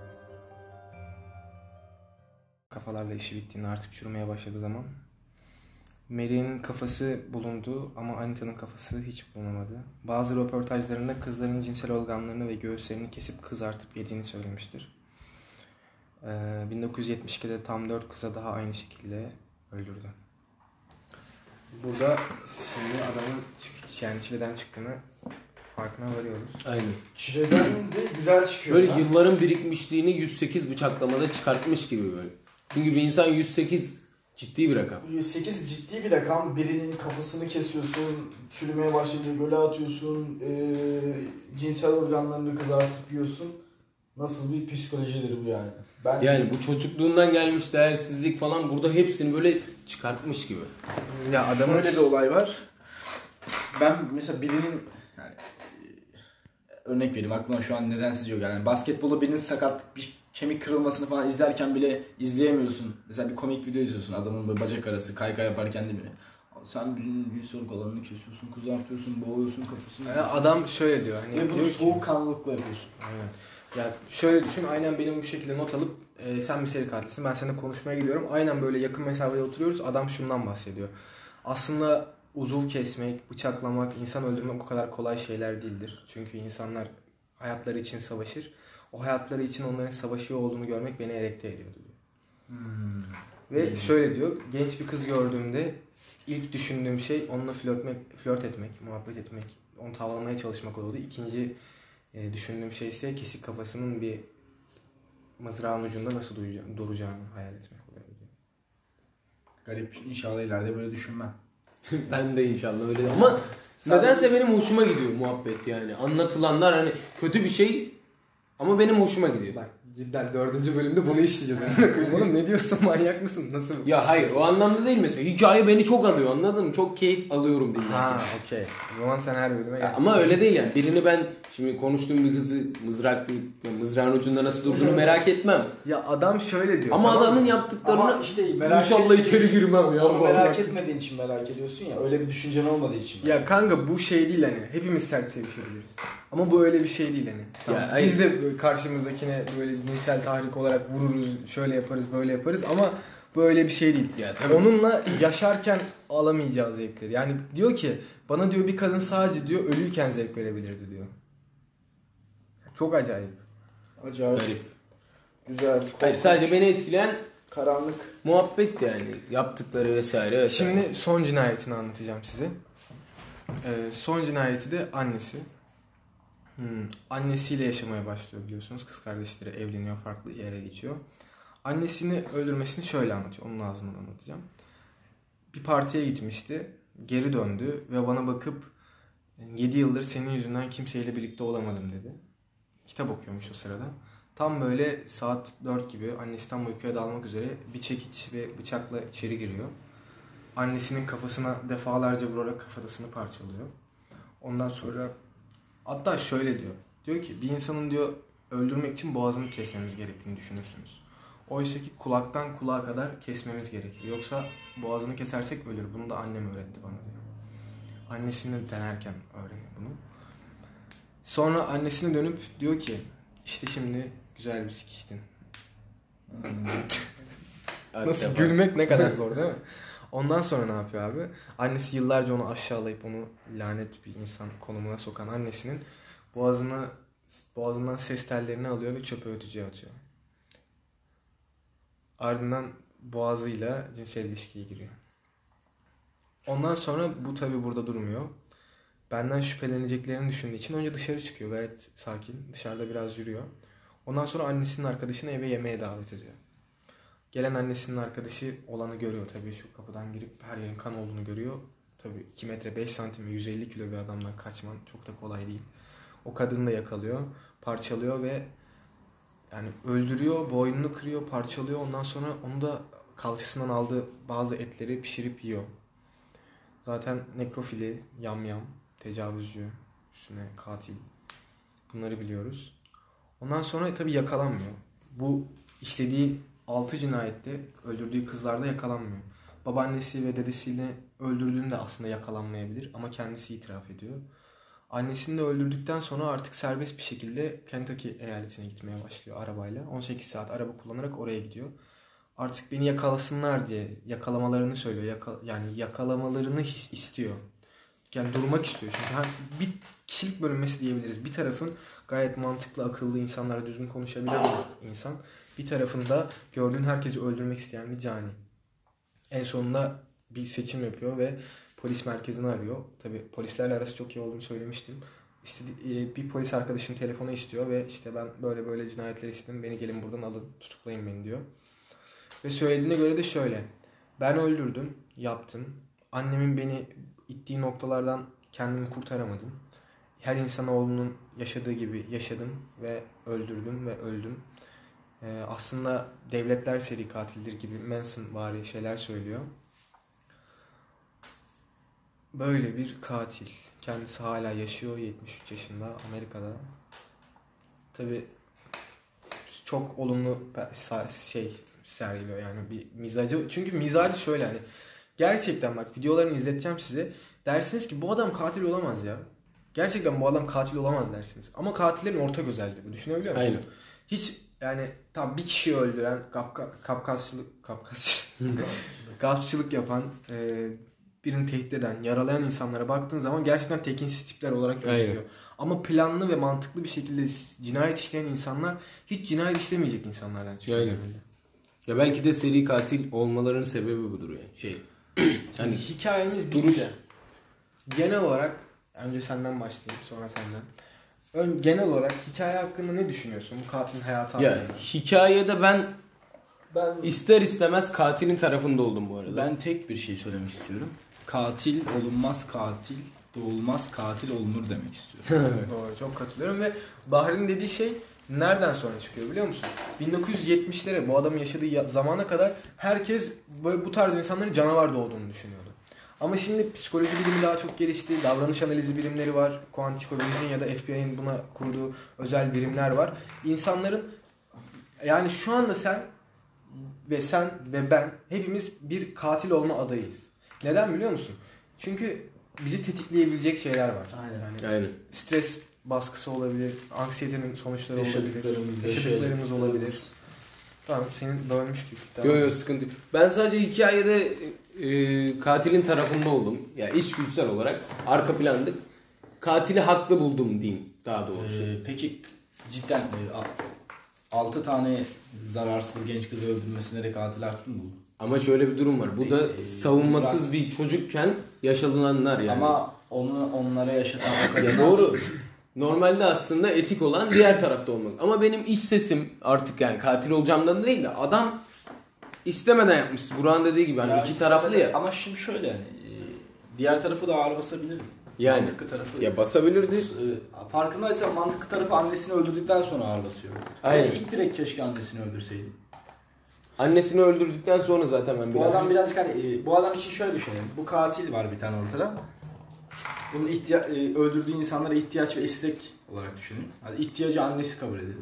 Kafalarla işi bittiğinde artık çürümeye başladığı zaman Mary'nin kafası bulundu ama Anita'nın kafası hiç bulunamadı. Bazı röportajlarında kızların cinsel organlarını ve göğüslerini kesip kızartıp yediğini söylemiştir. Ee, bin dokuz yüz yetmiş ikide tam dört kıza daha aynı şekilde öldürdü. Burada şimdi adamın çık yani çileden çıktığını farkına varıyoruz. Aynen. Çileden de güzel çıkıyor. Böyle ha. yılların birikmişliğini yüz sekiz bıçaklamada çıkartmış gibi böyle. Çünkü bir insan yüz sekiz ciddi bir rakam. yüz sekiz ciddi bir rakam. Birinin kafasını kesiyorsun, çürümeye başlayınca göle atıyorsun, e, cinsel organlarını kızartıp yiyorsun. Nasıl bir psikolojidir bu yani? Ben Yani bu çocukluğundan gelmiş değersizlik falan burada hepsini böyle çıkartmış gibi. Ya adamın Şöyle bir olay var. Ben mesela birinin yani, e, örnek vereyim aklıma şu an nedensiz yok yani basketbolu birinin sakat bir kemik kırılmasını falan izlerken bile izleyemiyorsun. Mesela bir komik video izliyorsun adamın böyle bacak arası kaykay yaparken de bile. Sen birinin yüz organlarını kesiyorsun, kızartıyorsun, boğuyorsun kafasını. Ya adam şöyle diyor hani ve bunu diyor ki, soğukkanlılıkla yapıyorsun. aynen. Ya şöyle düşün, aynen benim bu şekilde not alıp e, sen bir seri katilsin, ben seninle konuşmaya gidiyorum. Aynen böyle yakın mesafede oturuyoruz. Adam şundan bahsediyor. Aslında uzuv kesmek, bıçaklamak, insan öldürmek o kadar kolay şeyler değildir. Çünkü insanlar hayatları için savaşır. O hayatları için onların savaşıyor olduğunu görmek beni erekte ediyordu diyor. Hmm. Ve şöyle diyor, genç bir kız gördüğümde ilk düşündüğüm şey onunla flörtmek, flört etmek, muhabbet etmek, onu tavlamaya çalışmak oldu. İkinci e, düşündüğüm şey ise kesik kafasının bir mızrağın ucunda nasıl duracağını, duracağını hayal etmek oluyor diyor. Garip, inşallah ileride böyle düşünmem. Ben de inşallah öyle. Ama nedense benim hoşuma gidiyor muhabbet yani. Anlatılanlar hani kötü bir şey ama benim hoşuma gidiyor. Bak cidden dördüncü bölümde bunu işleyeceğiz. Oğlum ne diyorsun, manyak mısın? Nasıl? Ya hayır o anlamda değil mesela. Hikaye beni çok alıyor anladın mı? Çok keyif alıyorum dinlerken. Ha okey. O zaman sen her bölüme Ya gel. ama öyle değil yani. Birini ben şimdi konuştuğum bir kızı mızraklayıp yani mızrağın ucunda nasıl durduğunu merak etmem. Ya adam şöyle diyor. Ama tamam adamın mı? yaptıklarını Ama işte merak inşallah etmediğin- içeri girmem ya. Onu merak etmediğin için merak ediyorsun ya. Öyle bir düşüncen olmadığı için. Ya kanka bu şey değil hani. Hepimiz sert sevişebiliriz. Ama bu öyle bir şey değil hani. Tamam, Ya, biz de böyle karşımızdakine böyle cinsel tahrik olarak vururuz, şöyle yaparız, böyle yaparız ama bu öyle bir şey değil. Ya, tabii. Onunla yaşarken alamayacağı zevkleri. Yani diyor ki bana diyor bir kadın sadece diyor ölüyken zevk verebilirdi diyor. Çok acayip. Acayip. Garip. Güzel. Hayır, korkunç, sadece beni etkileyen karanlık. muhabbet yani. Yaptıkları vesaire vesaire. Şimdi son cinayetini anlatacağım size. Ee, son cinayeti de annesi. Hmm, annesiyle yaşamaya başlıyor biliyorsunuz. Kız kardeşleri evleniyor, farklı yere geçiyor. Annesini öldürmesini şöyle anlatıyor. Onun ağzından anlatacağım. Bir partiye gitmişti. Geri döndü ve bana bakıp yedi yıldır senin yüzünden kimseyle birlikte olamadım dedi. Kitap okuyormuş o sırada. Tam böyle saat dört gibi annesi tam uykuya dalmak üzere bir çekiç ve bıçakla içeri giriyor. Annesinin kafasına defalarca vurarak kafatasını parçalıyor. Ondan sonra hatta şöyle diyor. Diyor ki bir insanın diyor öldürmek için boğazını kesmemiz gerektiğini düşünürsünüz. Oysa ki kulaktan kulağa kadar kesmemiz gerekir. Yoksa boğazını kesersek ölür. Bunu da annem öğretti bana diyor. Annesini denerken öğreniyor bunu. Sonra annesine dönüp diyor ki işte şimdi güzel bir sikiştin. Nasıl gülmek ne kadar zor değil mi? Ondan sonra ne yapıyor abi? Annesi yıllarca onu aşağılayıp onu lanet bir insan konumuna sokan annesinin boğazına boğazından ses tellerini alıyor ve çöpe ötücüye atıyor. Ardından boğazıyla cinsel ilişkiye giriyor. Ondan sonra bu tabi burada durmuyor. Benden şüpheleneceklerini düşündüğü için önce dışarı çıkıyor gayet sakin. Dışarıda biraz yürüyor. Ondan sonra annesinin arkadaşını eve yemeğe davet ediyor. Gelen annesinin arkadaşı olanı görüyor tabii. Şu kapıdan girip her yerin kan olduğunu görüyor. Tabii iki metre beş santim yüz elli kilo bir adamdan kaçman çok da kolay değil. O kadını da yakalıyor, parçalıyor ve yani öldürüyor, boynunu kırıyor, parçalıyor. Ondan sonra onu da kalçasından aldığı bazı etleri pişirip yiyor. Zaten nekrofili, yamyam, tecavüzcü, üstüne katil. Bunları biliyoruz. Ondan sonra tabii yakalanmıyor. Bu işlediği altı cinayette öldürdüğü kızlarda yakalanmıyor. babaannesi ve dedesini öldürdüğünde aslında yakalanmayabilir ama kendisi itiraf ediyor. Annesini de öldürdükten sonra artık serbest bir şekilde Kentucky eyaletine gitmeye başlıyor arabayla. on sekiz saat araba kullanarak oraya gidiyor. Artık beni yakalasınlar diye yakalamalarını söylüyor. Yaka, yani yakalamalarını his, istiyor. Yani durmak istiyor. Çünkü hani bir kişilik bölünmesi diyebiliriz. Bir tarafın gayet mantıklı, akıllı insanlara düzgün konuşabilen bir insan. Bir tarafında gördüğün herkesi öldürmek isteyen bir cani. En sonunda bir seçim yapıyor ve polis merkezini arıyor. Tabii polislerle arası çok iyi olduğunu söylemiştim. İşte bir polis arkadaşının telefonu istiyor ve işte ben böyle böyle cinayetler işledim. Beni gelin buradan alın, tutuklayın beni diyor. Ve söylediğine göre de şöyle. Ben öldürdüm, yaptım. Annemin beni ittiği noktalardan kendimi kurtaramadım. Her insanoğlunun yaşadığı gibi yaşadım ve öldürdüm ve öldüm. Ee, aslında devletler seri katildir gibi Manson-vari şeyler söylüyor. Böyle bir katil. Kendisi hala yaşıyor, yetmiş üç yaşında Amerika'da. Tabii çok olumlu şey sergiliyor yani bir mizacı. Çünkü mizacı şöyle hani gerçekten bak videolarını izleteceğim size. Dersiniz ki bu adam katil olamaz ya. Gerçekten bu adam katil olamaz dersiniz. Ama katillerin ortak özelliği bu. Düşünebiliyor musun? Aynen. Hiç yani tam bir kişiyi öldüren, kapka, kapkasçılık, kapkasçılık, gaspçılık yapan, e, birini tehdit eden, yaralayan insanlara baktığın zaman gerçekten tekinsiz tipler olarak gözüküyor. Ama planlı ve mantıklı bir şekilde cinayet işleyen insanlar hiç cinayet işlemeyecek insanlardan çıkıyor. Aynen. Ya belki de seri katil olmalarının sebebi budur yani. Şey. Yani hikayemiz duruş. bitti. Genel olarak önce senden başlayayım, sonra senden. Ön, genel olarak hikaye hakkında ne düşünüyorsun? Bu katilin hayatı ya, hakkında. Hikayede ben Ben ister istemez katilin tarafında oldum bu arada. Ben tek bir şey söylemek istiyorum. Katil olunmaz, katil doğulmaz, katil olunur demek istiyorum. Doğru, çok katılıyorum ve Bahri'nin dediği şey nereden sonra çıkıyor biliyor musun? bin dokuz yüz yetmişlere bu adamın yaşadığı zamana kadar herkes böyle bu tarz insanların canavar doğduğunu düşünüyordu. Ama şimdi psikoloji bilimi daha çok gelişti. Davranış analizi birimleri var. Quantico Vision ya da F B I'nin buna kurduğu özel birimler var. İnsanların yani şu anda sen ve sen ve ben hepimiz bir katil olma adayıyız. Neden biliyor musun? Çünkü bizi tetikleyebilecek şeyler var. Aynen. Yani Aynen. stres baskısı olabilir, anksiyetenin sonuçları olabilir, Yaşadıklarımız, yaşadıklarımız olabilir. Tamam, senin bölmüştük. Yok yok sıkıntı yok. Ben sadece hikayede e, katilin tarafında oldum. Ya yani içgüdüsel olarak arka plandık. Katili haklı buldum diyeyim daha doğrusu. Ee, peki cidden altı tane zararsız genç kızı öldürmesine de katil haklı mı buldu? Ama şöyle bir durum var. Bu da Ee, savunmasız bak, bir çocukken yaşanılanlar yani. Ama onu onlara yaşatan o kadın. Ya doğru. Normalde aslında etik olan diğer tarafta olmak. Ama benim iç sesim artık yani katil olacağımdan değil de adam istemeden yapmış. Burak'ın dediği gibi hani Ya iki taraflı ya. Ama şimdi şöyle yani diğer tarafı da ağır basabilir. Yani mantıklı tarafı. ya basabilirdi. E, farkındaysan mantıklı tarafı annesini öldürdükten sonra ağır basıyor. Aynen. Yani ilk direkt keşke annesini öldürseydi. Annesini öldürdükten sonra zaten ben Bu biraz... adam birazcık hani e, bu adam için şöyle düşünelim. Bu katil var bir tane ortada. Bunun ihtiya- e, öldürdüğü insanlara ihtiyaç ve istek olarak düşünün. Hadi ihtiyacı annesi kabul edelim.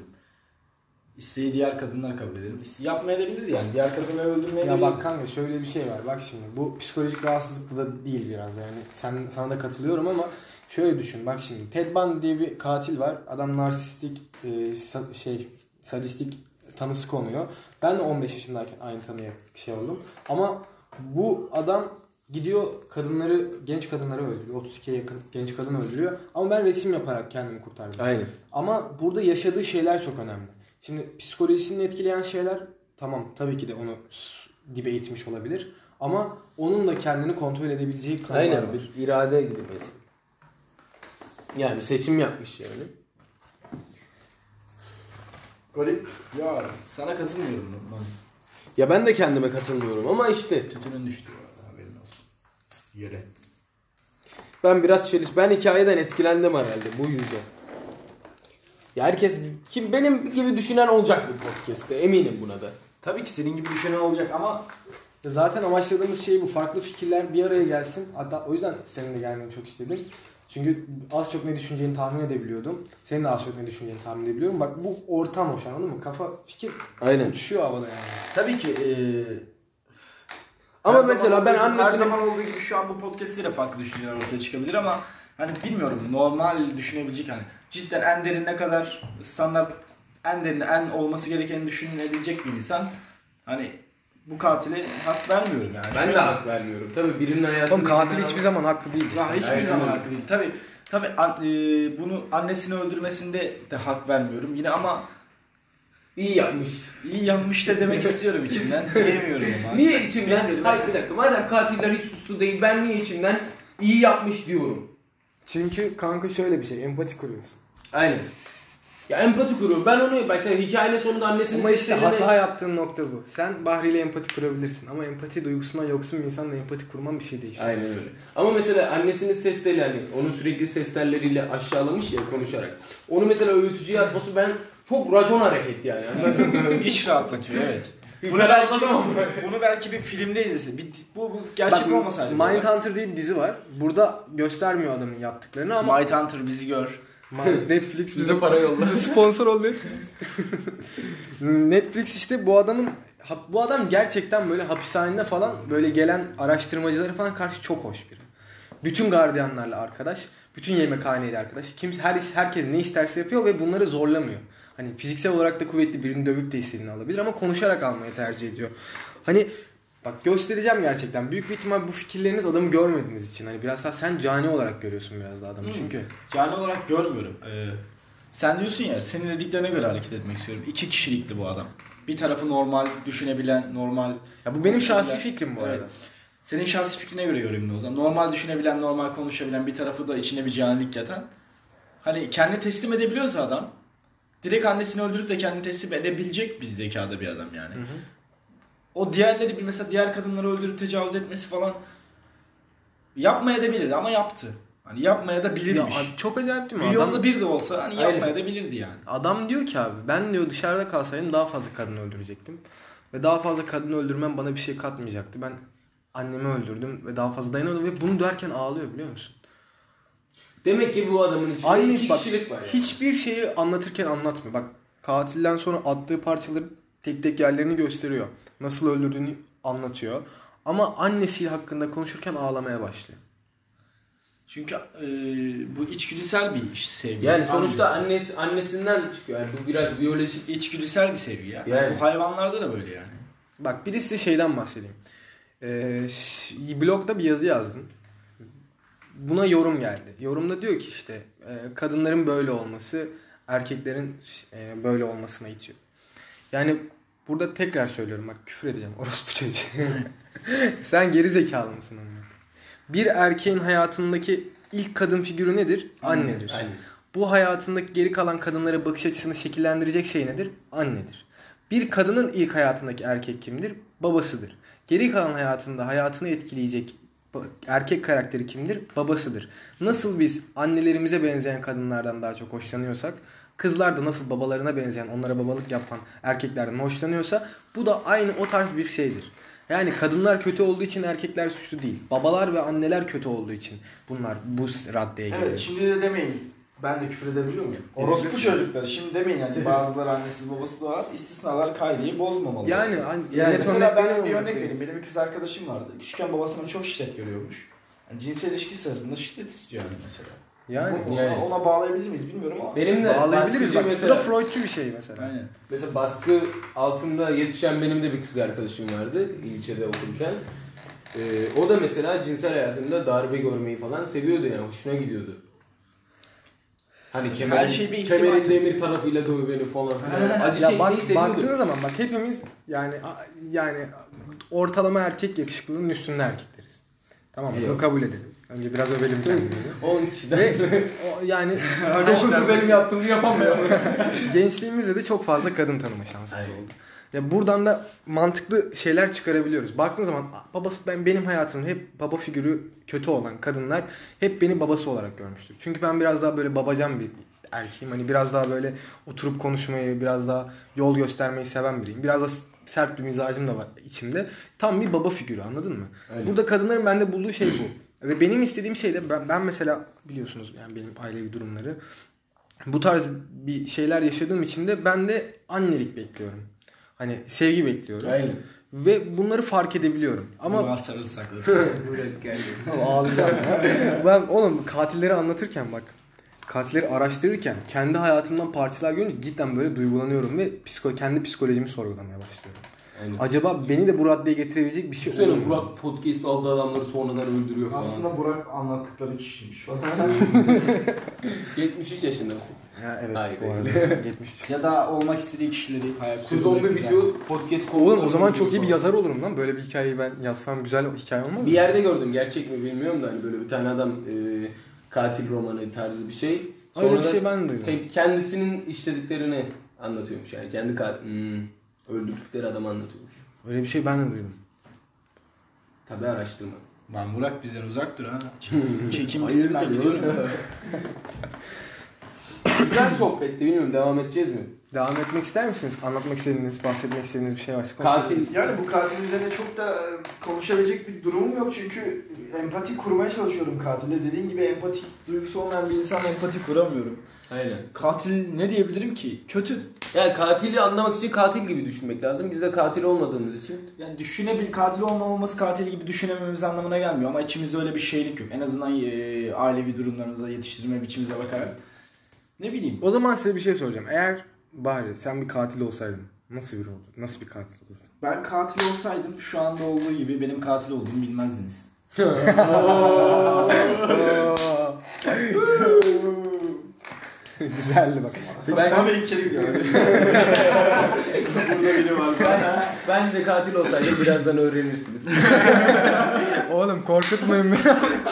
İsteği diğer kadınlar kabul edelim. Yapmayabilir yani. Diğer kadınları öldürmeyebilir. Ya bak kanka şöyle bir şey var. Bak şimdi bu psikolojik rahatsızlıklı da değil biraz yani. Sen sana da katılıyorum ama şöyle düşün. Bak şimdi Ted Bundy diye bir katil var. Adam narsistik e, sa- şey sadistik tanısı konuyor. Ben de on beş yaşındayken aynı tanıya şey oldum. Ama bu adam gidiyor kadınları, genç kadınları öldürüyor. otuz ikiye yakın genç kadın öldürüyor. Ama ben resim yaparak kendimi kurtardım. Aynen. Ama burada yaşadığı şeyler çok önemli. Şimdi psikolojisini etkileyen şeyler tamam tabii ki de onu dibe itmiş olabilir. Ama onun da kendini kontrol edebileceği kanallar Aynen var. bir irade gibi mesela. Yani seçim yapmış yani. Garip. Ya sana katılmıyorum ben. Ya ben de kendime katılmıyorum ama işte Tütünün düştü bu arada, haberin olsun. Yere. ben biraz çeliş. Ben hikayeden etkilendim herhalde bu yüzden. Ya herkes kim benim gibi düşünen olacak bu podcast'te eminim buna da. Tabii ki senin gibi düşünen olacak ama Zaten amaçladığımız şey bu. Farklı fikirler bir araya gelsin. Hatta o yüzden senin de gelmeni çok istedim. Çünkü az çok ne düşüneceğini tahmin edebiliyordum. Senin de az çok ne düşüneceğini tahmin edebiliyorum. Bak bu ortam hoş, anladın mı? Kafa fikir Aynen. uçuşuyor havada yani. tabii ki e, Ama Her mesela zaman ben olduğu gibi- her annesini- zaman olduğu gibi şu an bu podcast'te de farklı düşünceler ortaya çıkabilir ama hani bilmiyorum, normal düşünebilecek, hani cidden en derin ne kadar standart, en derin en olması gerekeni düşünebilecek bir insan, hani bu katile hak vermiyorum yani. Ben de hak vermiyorum. Tabii birinin hayatında... Oğlum katil hiçbir zaman haklı değil. Ya hiçbir Aynen zaman öyle. haklı değil. Tabii tabii an- e, bunu annesini öldürmesinde de hak vermiyorum yine ama İyi yapmış. iyi yanmış da demek istiyorum içimden. Diyemiyorum ama. Niye Sen- içimden? benim- Hayır bir dakika. Madem katiller hiç suçlu değil, ben niye içimden iyi yapmış diyorum? Çünkü kanka şöyle bir şey, empati kuruyorsun. Aynen. Ya empati kuruyorum. Ben onu mesela hikayenin sonunda annesinin Ama işte seslerine- hata yaptığın nokta bu. Sen Bahri ile empati kurabilirsin ama empati duygusundan yoksun bir insanla empati kurman bir şey değiştirir. Aynen öyle. Ama mesela annesinin ses telleri, hani onu sürekli ses telleriyle aşağılamış ya konuşarak. Onu mesela öğütücüye atması ben çok racon hareket yani. İç rahatlatıyor, evet. Bunu Bunu belki, belki bunu belki bir filmde izlese. Bir, bu, bu gerçek Bak, olmasaydı. bu olay. Mindhunter diye bir dizi var. Burada göstermiyor adamın yaptıklarını ama Mindhunter bizi gör. Netflix bize bize para yolladı. bize sponsor ol Netflix. Netflix işte bu adamın bu adam gerçekten böyle hapishanede falan böyle gelen araştırmacılara falan karşı çok hoş biri. Bütün gardiyanlarla arkadaş, bütün yemekhaneyle arkadaş. Kim her herkes ne isterse yapıyor ve bunları zorlamıyor. Hani fiziksel olarak da kuvvetli, birini dövüp de istediğini alabilir ama konuşarak almayı tercih ediyor. Hani bak göstereceğim gerçekten. Büyük bir ihtimal bu fikirleriniz adamı görmediğiniz için. Hani biraz daha sen cani olarak görüyorsun biraz da adamı Hmm. çünkü. Cani olarak görmüyorum. Ee, sen diyorsun ya, senin dediklerine göre hareket etmek istiyorum. İki kişilikti bu adam. Bir tarafı normal, düşünebilen, normal... Ya bu benim şahsi konuşabilen- fikrim bu arada. Evet. Senin şahsi fikrine göre yorumlu o zaman. Normal düşünebilen, normal konuşabilen, bir tarafı da içine bir canilik yatan. Hani kendini teslim edebiliyorsa adam, direkt annesini öldürüp de kendini teslim edebilecek bir zekada bir adam yani. Hı hı. O diğerleri bir mesela diğer kadınları öldürüp tecavüz etmesi falan yapmaya da bilirdi ama yaptı. Hani yapmaya da Ya bilirmiş. abi çok acayip değil mi? Milyonda Adam, bir de olsa hani Aynen. yapmaya da bilirdi yani. adam diyor ki abi ben diyor dışarıda kalsaydım daha fazla kadın öldürecektim. Ve daha fazla kadın öldürmem bana bir şey katmayacaktı. Ben annemi öldürdüm ve daha fazla dayanamadım ve bunu derken ağlıyor biliyor musun? Demek ki bu adamın içinde Annesi iki bak kişilik var yani. hiçbir şeyi anlatırken anlatmıyor. Bak katilden sonra attığı parçaları tek tek yerlerini gösteriyor. Nasıl öldürdüğünü anlatıyor. Ama annesi hakkında konuşurken ağlamaya başlıyor. Çünkü e, bu içgüdüsel bir iş, sevgi. Yani sonuçta Anne. annesi, annesinden çıkıyor. Yani bu biraz biyolojik. içgüdüsel bir sevgi ya. Yani. Bu hayvanlarda da böyle yani. Bak bir de size şeyden bahsedeyim. Ee, ş- blogda bir yazı yazdım. Buna yorum geldi. Yorumda diyor ki işte e, kadınların böyle olması erkeklerin e, böyle olmasına itiyor. Yani burada tekrar söylüyorum bak küfür edeceğim orospu çocuğu. Sen geri zekalı mısın anne? Bir erkeğin hayatındaki ilk kadın figürü nedir? Annedir. Aynen. Bu hayatındaki geri kalan kadınlara bakış açısını şekillendirecek şey nedir? Annedir. Bir kadının ilk hayatındaki erkek kimdir? Babasıdır. Geri kalan hayatında hayatını etkileyecek erkek karakteri kimdir? Babasıdır. Nasıl biz annelerimize benzeyen kadınlardan daha çok hoşlanıyorsak, kızlar da nasıl babalarına benzeyen, onlara babalık yapan erkeklerden hoşlanıyorsa bu da aynı o tarz bir şeydir. Yani kadınlar kötü olduğu için erkekler suçlu değil. Babalar ve anneler kötü olduğu için bunlar bu raddeye geliyor. Evet, şimdi de demeyin. Ben de küfür edebiliyor muyum? Orospu çocukları. Şimdi demeyin yani bazıları annesiz babası da var. İstisnalar kaideyi bozmamalı. Yani, hani Yani net mesela örnek ben benim bir olmak örnek değil. vereyim. Benim bir kız arkadaşım vardı. Küçükken babasına çok şiddet görüyormuş. Yani cinsel ilişki sırasında şiddet istiyor yani mesela. Yani Bu- ona, yani. ona bağlayabilir miyiz bilmiyorum ama. Benim de bağlayabiliriz baskıcı bak. Bu da mesela. Freudçu bir şey mesela. Aynen. Mesela baskı altında yetişen benim de bir kız arkadaşım vardı ilçede okurken. Ee, o da mesela cinsel hayatında darbe görmeyi falan seviyordu yani hoşuna gidiyordu. Hani kemerin, Her şey bir ihtimal. kemerin demir tarafıyla döv beni falan filan. Acı Ya çekmeyi bak, seviyordu. baktığın zaman bak hepimiz yani yani ortalama erkek yakışıklılığının üstünde erkekleriz. Tamam mı? Bunu Yok. kabul edelim. Önce biraz övelim kendimizi. on kişiden. Ve o, yani dokuzu benim yaptığımı yapamıyor. gençliğimizde de çok fazla kadın tanıma şansımız Aynen. oldu. Ya buradan da mantıklı şeyler çıkarabiliyoruz. Baktığın zaman babası ben benim hayatımda hep baba figürü kötü olan kadınlar hep beni babası olarak görmüştür. Çünkü ben biraz daha böyle babacan bir erkeğim. Hani biraz daha böyle oturup konuşmayı, biraz daha yol göstermeyi seven biriyim. Biraz da sert bir mizacım da var içimde. Tam bir baba figürü, anladın mı? Aynen. Burada kadınların bende bulduğu şey bu. Ve benim istediğim şey de ben, ben mesela biliyorsunuz yani benim ailevi durumları bu tarz bir şeyler yaşadığım için de ben de annelik bekliyorum. Hani sevgi bekliyorum. Aynen. ve bunları fark edebiliyorum. Ama Ama sarılsak. Burak geldi. ağlayacağım ya. Ben oğlum katilleri anlatırken bak, katilleri araştırırken kendi hayatımdan parçalar görünce cidden böyle duygulanıyorum ve psiko kendi psikolojimi sorgulamaya başlıyorum. Aynen. Acaba beni de bu raddeye getirebilecek bir şey olur Düşünsene mu? Burak podcast aldığı adamları sonradan öldürüyor falan. Aslında Burak anlattıkları kişiymiş falan. yetmiş üç yaşında mısın? Ya evet Hayır, bu arada değil. yetmiş üç. Ya da olmak istediği kişileri hayal Sezon bir güzel. bitiyor podcast Oğlum o zaman çok iyi bir yazar olurum lan. Böyle bir hikayeyi ben yazsam güzel hikaye olmaz mı? Bir yerde gördüm, gerçek mi bilmiyorum da hani böyle bir tane adam e, katil romanı tarzı bir şey. Öyle bir Sonra şey ben de duydum. hep kendisinin işlediklerini anlatıyormuş yani kendi ka- hmm, öldürdükleri adamı anlatıyormuş. Öyle bir şey ben de duydum. Tabii araştırma. Lan Burak bizden uzak dur ha. Hayır Çekimcisi ben biliyorum. Güzel sohbetti, bilmiyorum devam edeceğiz mi? Devam etmek ister misiniz? Anlatmak istediğiniz, bahsetmek istediğiniz bir şey varsa Katil. konuşabiliriz. Yani bu katil üzerine çok da e, konuşabilecek bir durumum yok çünkü empati kurmaya çalışıyorum katille. Dediğin gibi empati duygusu olmayan bir insan empati kuramıyorum. Aynen. Katil ne diyebilirim ki? Kötü. Yani katili anlamak için katil gibi düşünmek lazım. Biz de katil olmadığımız için. Yani düşünebil katil olmamamız katil gibi düşünememiz anlamına gelmiyor ama içimizde öyle bir şeylik yok. En azından e, ailevi durumlarımıza, yetiştirme biçimimize bakarak. Ne bileyim. O zaman size bir şey soracağım. Eğer bari sen bir katil olsaydın nasıl bir olurdu? Nasıl bir katil olurdun? Ben katil olsaydım şu anda olduğu gibi benim katil olduğumu bilmezdiniz. Güzeldi bak. Ben, Sana içeri gidiyorum. Burada biri var. ben, ben de katil olsaydım birazdan öğrenirsiniz. Oğlum korkutmayın beni.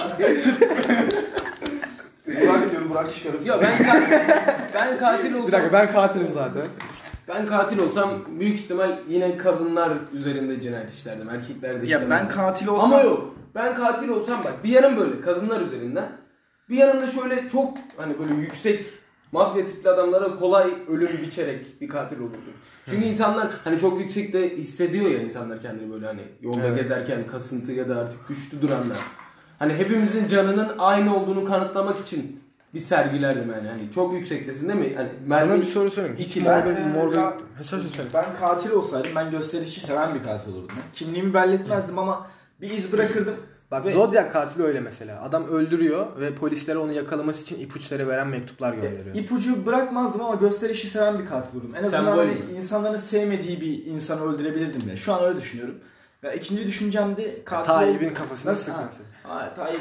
Burak diyorum, Burak çıkarıp. Ya ben ka- ben katil olsam Bir dakika ben katilim zaten. ben katil olsam büyük ihtimal yine kadınlar üzerinde cinayet işlerdim. Erkekler de Ya işlemezdim. ben katil olsam... Ama yok. Ben katil olsam bak bir yanım böyle kadınlar üzerinden. Bir yanımda şöyle çok hani böyle yüksek mafya tipli adamlara kolay ölüm biçerek bir katil olurdu. Çünkü insanlar hani çok yüksekte hissediyor ya insanlar kendini böyle hani yolda Evet. gezerken kasıntı ya da artık güçlü duranlar. Hani hepimizin canının aynı olduğunu kanıtlamak için bir sergilerdim yani. Hani çok yüksektesin değil mi? Hani Sana mermi- bir soru sorayım. Hiç İki- morga, Ben, morga... e, Ha, söyle, söyle. Ben katil olsaydım ben gösterişi seven bir katil olurdum. Kimliğimi belli etmezdim ama bir iz bırakırdım. Bak Ve- Zodiac katili öyle mesela. Adam öldürüyor ve polislere onu yakalaması için ipuçları veren mektuplar gönderiyor. İpucu bırakmazdım ama gösterişi seven bir katil olurdum. En azından Sembol hani mü? insanların sevmediği bir insanı öldürebilirdim de. Şu an öyle düşünüyorum. Ve ikinci düşüncem de katil Tayyip'in kafasına Nasıl? sıkması. Ha, Tayyip.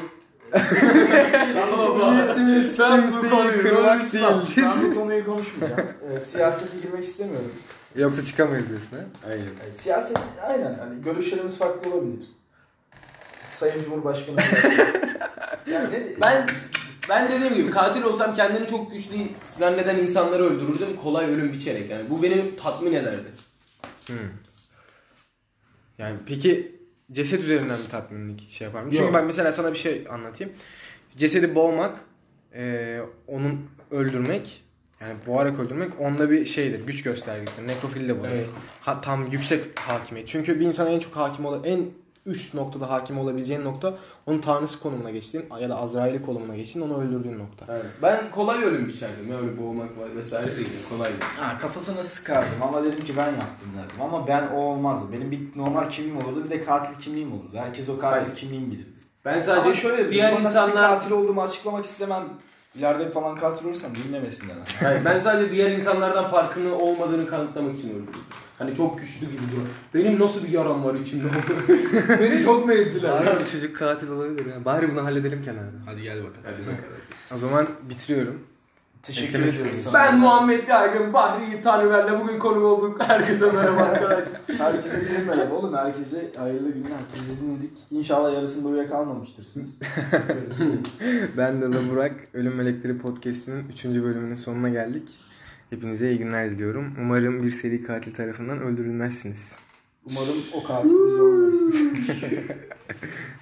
Niyetimiz kimseyi kırmak değildir. Ben bu konuyu konuşmayacağım. E, siyasete girmek istemiyorum. Yoksa çıkamayız diyorsun ha? Aynen. Yani siyaset aynen hani görüşlerimiz farklı olabilir. Sayın Cumhurbaşkanı. yani ne, Ben ben dediğim gibi katil olsam kendini çok güçlü zanneden insanları öldürürdüm. Kolay ölüm biçerek yani. Bu beni tatmin ederdi. Hmm. Yani peki ceset üzerinden bir tatminlik şey yapar mı? Yok. Çünkü ben mesela sana bir şey anlatayım. Cesedi boğmak, e, onun öldürmek, yani boğarak öldürmek onda bir şeydir, güç göstergesidir. Nekrofili de bu. Evet. Ha, tam yüksek hakimiyet. Çünkü bir insana en çok hakim olan, en üst noktada hakim olabileceğin nokta onun tanrısı konumuna geçtiğin ya da Azrail'i konumuna geçtiğin, onu öldürdüğün nokta. Evet. Ben kolay ölüm biçerdim. Ya öyle boğmak vesaire değil. Kolay. Ha, kafasına sıkardım ama dedim ki ben yaptım derdim. Ama ben o olmazdı. Benim bir normal kimliğim olurdu bir de katil kimliğim olurdu. Herkes o katil Hayır. kimliğimi bilirdi. Ben Ama sadece şöyle diğer bana nasıl bir insanlar katil olduğumu açıklamak istemem. İleride falan katil olursam dinlemesinler. Hayır, ben sadece diğer insanlardan farkını olmadığını kanıtlamak için öldürdüm. Hani çok güçlü gibi duruyor. Benim nasıl bir yaram var içimde? Beni çok mu ezdiler? Bari bir çocuk katil olabilir ya. Bari bunu halledelim kenarda. Hadi gel bakalım. Hadi bakalım. O zaman bitiriyorum. teşekkür Eklemek ediyorum istedim. sana. Ben Muhammed Yaygın, Bahri Tanrıver'le bugün konuk olduk. Herkese merhaba arkadaşlar. Herkese bir merhaba oğlum. Herkese hayırlı günler. Herkese dinledik. İnşallah yarısında uyuyakalmamıştırsınız. Ben de La Burak, Ölüm Melekleri Podcast'inin üçüncü bölümünün sonuna geldik. Hepinize iyi günler diliyorum. Umarım bir seri katil tarafından öldürülmezsiniz. Umarım o katil biz olmayız.